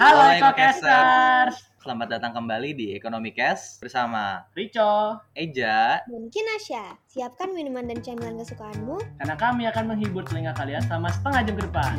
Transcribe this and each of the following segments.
Halo EcoCasters, Selamat datang kembali di Ekonomi Cash bersama Rico, Eja. Dan Kinasya, siapkan minuman dan camilan kesukaanmu. karena kami akan menghibur telinga kalian selama setengah jam ke depan.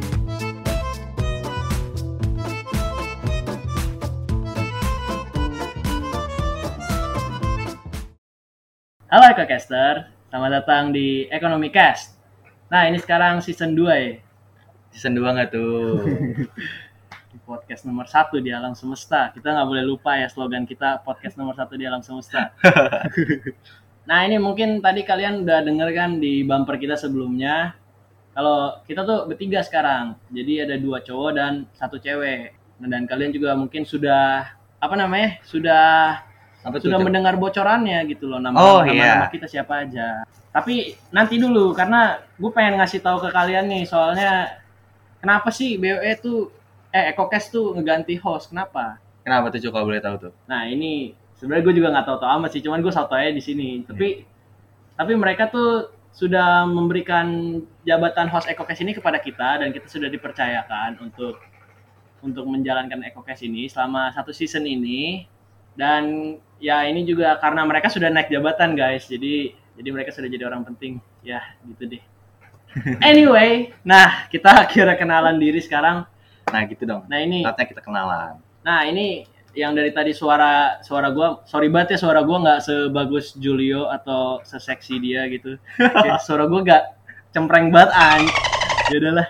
Halo EcoCaster, selamat datang di Ekonomi Cast. Nah, ini sekarang season 2 ya. Season 2 nggak tuh? Di podcast nomor 1 di alam semesta. Kita nggak boleh lupa ya slogan kita, podcast nomor 1 di alam semesta. Nah, ini mungkin tadi kalian udah denger kan di bumper kita sebelumnya. Kalau kita tuh bertiga sekarang. Jadi ada 2 cowok dan 1 cewek. Nah, dan kalian juga mungkin sudah sudah mendengar bocorannya gitu loh, nama kita siapa aja. Tapi nanti dulu karena gue pengen ngasih tahu ke kalian nih, soalnya kenapa sih BOE tuh EcoCast tuh ngeganti host, kenapa? Kenapa tuh kalau boleh tahu tuh? Nah, ini sebenarnya gue juga nggak tahu amat sih, cuman gue soto aja di sini. Tapi mereka tuh sudah memberikan jabatan host EcoCast ini kepada kita dan kita sudah dipercayakan untuk menjalankan EcoCast ini selama 1 season ini. Dan ya ini juga karena mereka sudah naik jabatan guys, jadi mereka sudah jadi orang penting ya gitu deh. Anyway, nah kita kira kenalan diri sekarang. Nah gitu dong. Nah ini saatnya kita kenalan. Nah ini yang dari tadi suara gue, sorry banget ya suara gue nggak sebagus Julio atau seseksi dia gitu. Suara gue nggak cempreng banget ya udahlah.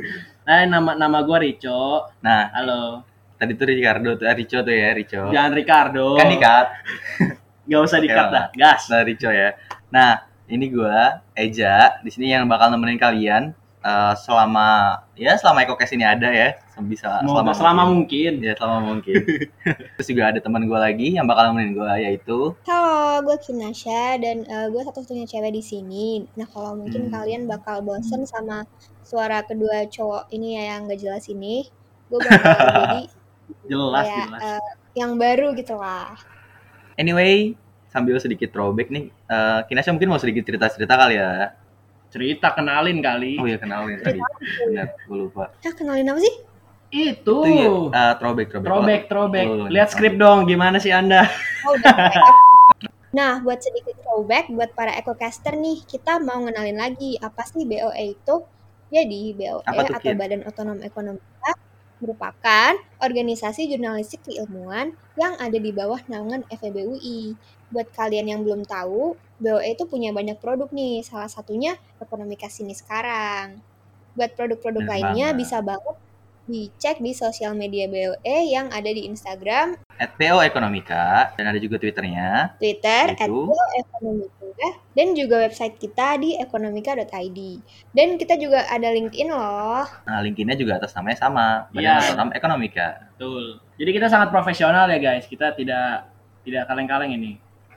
Nah nama gue Rico. Nah halo. Tadi tuh Rico tuh ya, Rico. Jangan Ricardo. Kan dikat. Gak usah dikat dah, gas. Nah Rico ya. Nah ini gue Eja di sini yang bakal nemenin kalian selama EcoCast ini ada ya, selama mungkin. Ya selama mungkin. Terus juga ada teman gue lagi yang bakal nemenin gue, yaitu Halo, gue Kinasya dan gue satu-satunya cewek di sini. Nah, kalau mungkin kalian bakal bosen sama suara kedua cowok ini ya yang gak jelas ini, gue bakal jadi jelas. Yang baru gitu lah. Anyway, sambil sedikit throwback nih, Kinasya mungkin mau sedikit cerita-cerita kali ya. Cerita kenalin kali. Oh iya kenalin tadi. Benar, gue lupa. Kenalin apa sih? Itu ya, throwback. Lihat skrip dong, gimana sih Anda? Oh, udah. Nah, buat sedikit throwback buat para EcoCaster nih, kita mau ngenalin lagi apa sih BOE itu. Jadi BOE atau Badan Otonom Ekonomika merupakan organisasi jurnalistik keilmuan yang ada di bawah naungan FEB UI. Buat kalian yang belum tahu, BOE itu punya banyak produk nih, salah satunya Ekonomi Cash ini sekarang. Buat produk-produk lainnya bisa banget dicek di sosial media BOE yang ada di Instagram @BOEkonomika dan ada juga Twitternya. Twitter @BOEkonomika dan juga website kita di ekonomika.id. Dan kita juga ada LinkedIn loh. Nah, LinkedIn-nya juga atas namanya sama, Badan Otonom Ekonomika. Betul. Jadi kita sangat profesional ya guys. Kita tidak kaleng-kaleng ini.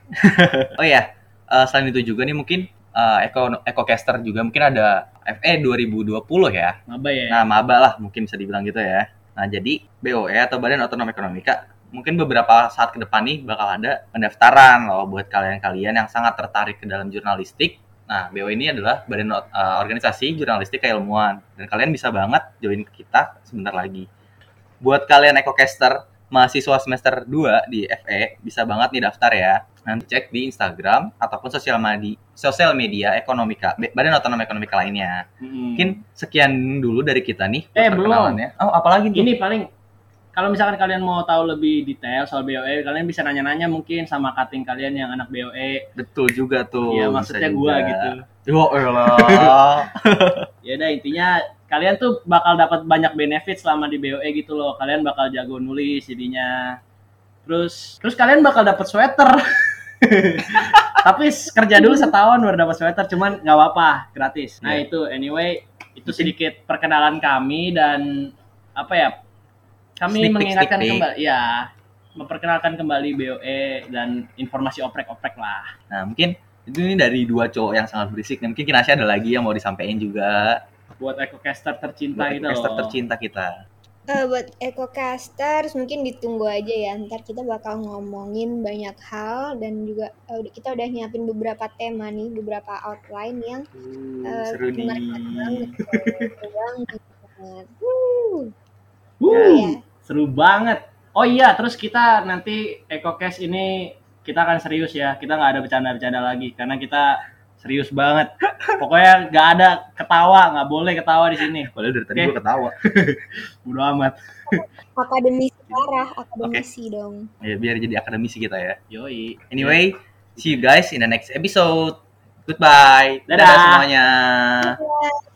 Oh iya, selain itu juga nih mungkin EcoCaster juga mungkin ada FE 2020 ya. Maba ya. Nah, maba lah mungkin bisa dibilang gitu ya. Nah, jadi BOE atau Badan Otonom Ekonomika mungkin beberapa saat ke depan nih bakal ada pendaftaran loh buat kalian-kalian yang sangat tertarik ke dalam jurnalistik. Nah, BOE ini adalah badan organisasi jurnalistik keilmuan dan kalian bisa banget join kita sebentar lagi. Buat kalian EcoCaster mahasiswa semester 2 di FE bisa banget nih daftar ya. Nanti cek di Instagram ataupun sosial media Ekonomika, Badan Otonom Ekonomika lainnya. Mungkin sekian dulu dari kita nih perkenalannya. Belum. Oh, apalagi tuh? Ini paling kalau misalkan kalian mau tahu lebih detail soal BOE, kalian bisa nanya-nanya mungkin sama cutting kalian yang anak BOE. Betul juga tuh. Iya, maksudnya gua gitu. Oh elah. Ya udah, intinya kalian tuh bakal dapat banyak benefit selama di BOE gitu loh. Kalian bakal jago nulis jadinya. Terus kalian bakal dapat sweater. Tapi kerja dulu setahun baru dapat sweater, cuman nggak apa-apa, gratis. Nah itu anyway, itu sedikit perkenalan kami dan apa ya? Kami mengingatkan kembali, ya, memperkenalkan kembali BOE dan informasi oprek-oprek lah. Nah mungkin itu ini dari 2 cowok yang sangat berisik. Nah, mungkin Kinasya ada lagi yang mau disampaikan juga. Buat EcoCaster tercinta gitu loh. EcoCaster tercinta kita. Buat EcoCasters mungkin ditunggu aja ya, ntar kita bakal ngomongin banyak hal dan juga kita udah nyiapin beberapa tema nih, beberapa outline yang seru nih. menarik banget. Ya, Seru banget. Oh iya, terus kita nanti EcoCast ini kita akan serius ya. Kita nggak ada bercanda-bercanda lagi karena kita serius banget. Pokoknya nggak ada ketawa, nggak boleh ketawa di sini. Padahal dari tadi gue ketawa. Bodo amat. Akademisi parah, akademisi dong. Ya, biar jadi akademisi kita ya. Yoi. Anyway, see you guys in the next episode. Goodbye. Dadah Dadah semuanya. Dadah.